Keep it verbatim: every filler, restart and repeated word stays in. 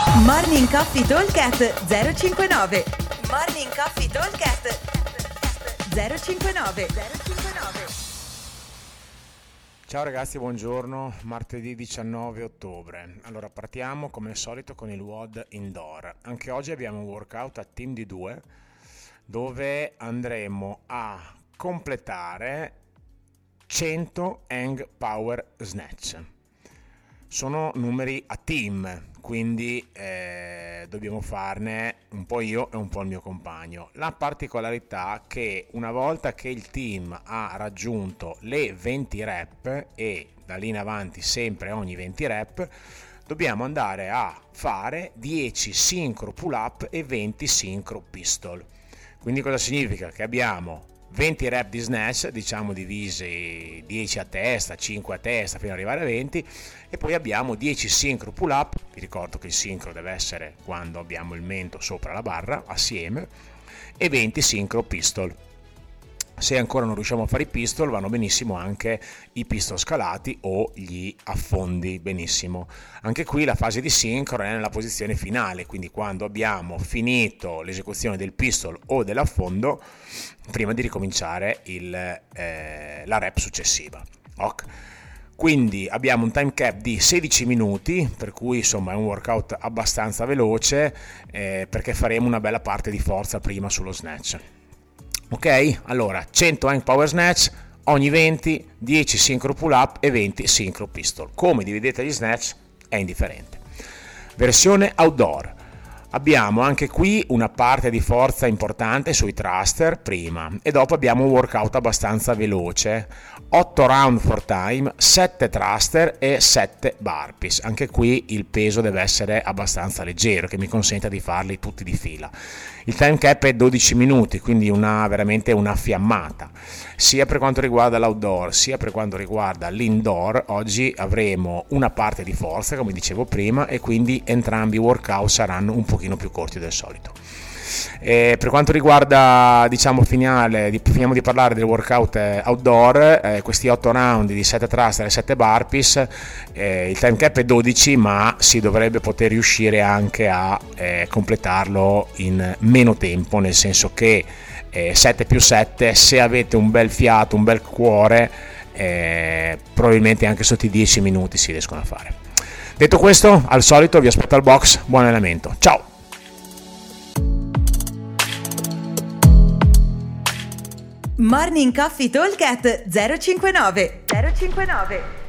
Morning Coffee Talkcast zero cinquantanove. Morning Coffee Talkcast zero cinquantanove. Ciao ragazzi, buongiorno, martedì diciannove ottobre. Allora partiamo come al solito con il W O D Indoor. Anche oggi abbiamo un workout a team di due dove andremo a completare cento hang power snatch. Sono numeri a team, quindi eh, dobbiamo farne un po' io e un po' il mio compagno. La particolarità è che una volta che il team ha raggiunto le venti rep, e da lì in avanti sempre ogni venti rep, dobbiamo andare a fare dieci synchro pull up e venti synchro pistol. Quindi cosa significa? Che abbiamo venti rep di snatch, diciamo divisi dieci a testa, cinque a testa fino ad arrivare a venti, e poi abbiamo dieci synchro pull up. Vi ricordo che il synchro deve essere quando abbiamo il mento sopra la barra assieme, e venti synchro pistol. Se ancora non riusciamo a fare i pistol, vanno benissimo anche i pistol scalati o gli affondi, benissimo. Anche qui la fase di sincro è nella posizione finale, quindi quando abbiamo finito l'esecuzione del pistol o dell'affondo, prima di ricominciare il, eh, la rep successiva. Ok. Quindi abbiamo un time cap di sedici minuti, per cui insomma è un workout abbastanza veloce, eh, perché faremo una bella parte di forza prima sullo snatch. Ok, allora cento hang power snatch, ogni venti, dieci synchro pull up e venti synchro pistol. Come dividete gli snatch è indifferente. Versione outdoor. Abbiamo anche qui una parte di forza importante sui thruster prima, e dopo abbiamo un workout abbastanza veloce, otto round for time, sette thruster e sette burpees. Anche qui il peso deve essere abbastanza leggero, che mi consenta di farli tutti di fila. Il time cap è dodici minuti, quindi una, veramente una fiammata. Sia per quanto riguarda l'outdoor sia per quanto riguarda l'indoor, oggi avremo una parte di forza, come dicevo prima, e quindi entrambi i workout saranno un pochino più corti del solito. E per quanto riguarda, diciamo, finale, di, finiamo di parlare del workout outdoor, eh, questi otto round di sette thruster e sette burpees, eh, il time cap è dodici, ma si dovrebbe poter riuscire anche a eh, completarlo in meno tempo, nel senso che eh, sette più sette, se avete un bel fiato, un bel cuore, eh, probabilmente anche sotto i dieci minuti si riescono a fare. Detto questo, al solito vi aspetto al box, buon allenamento, ciao! Morning Coffee Talkcast zero cinquantanove.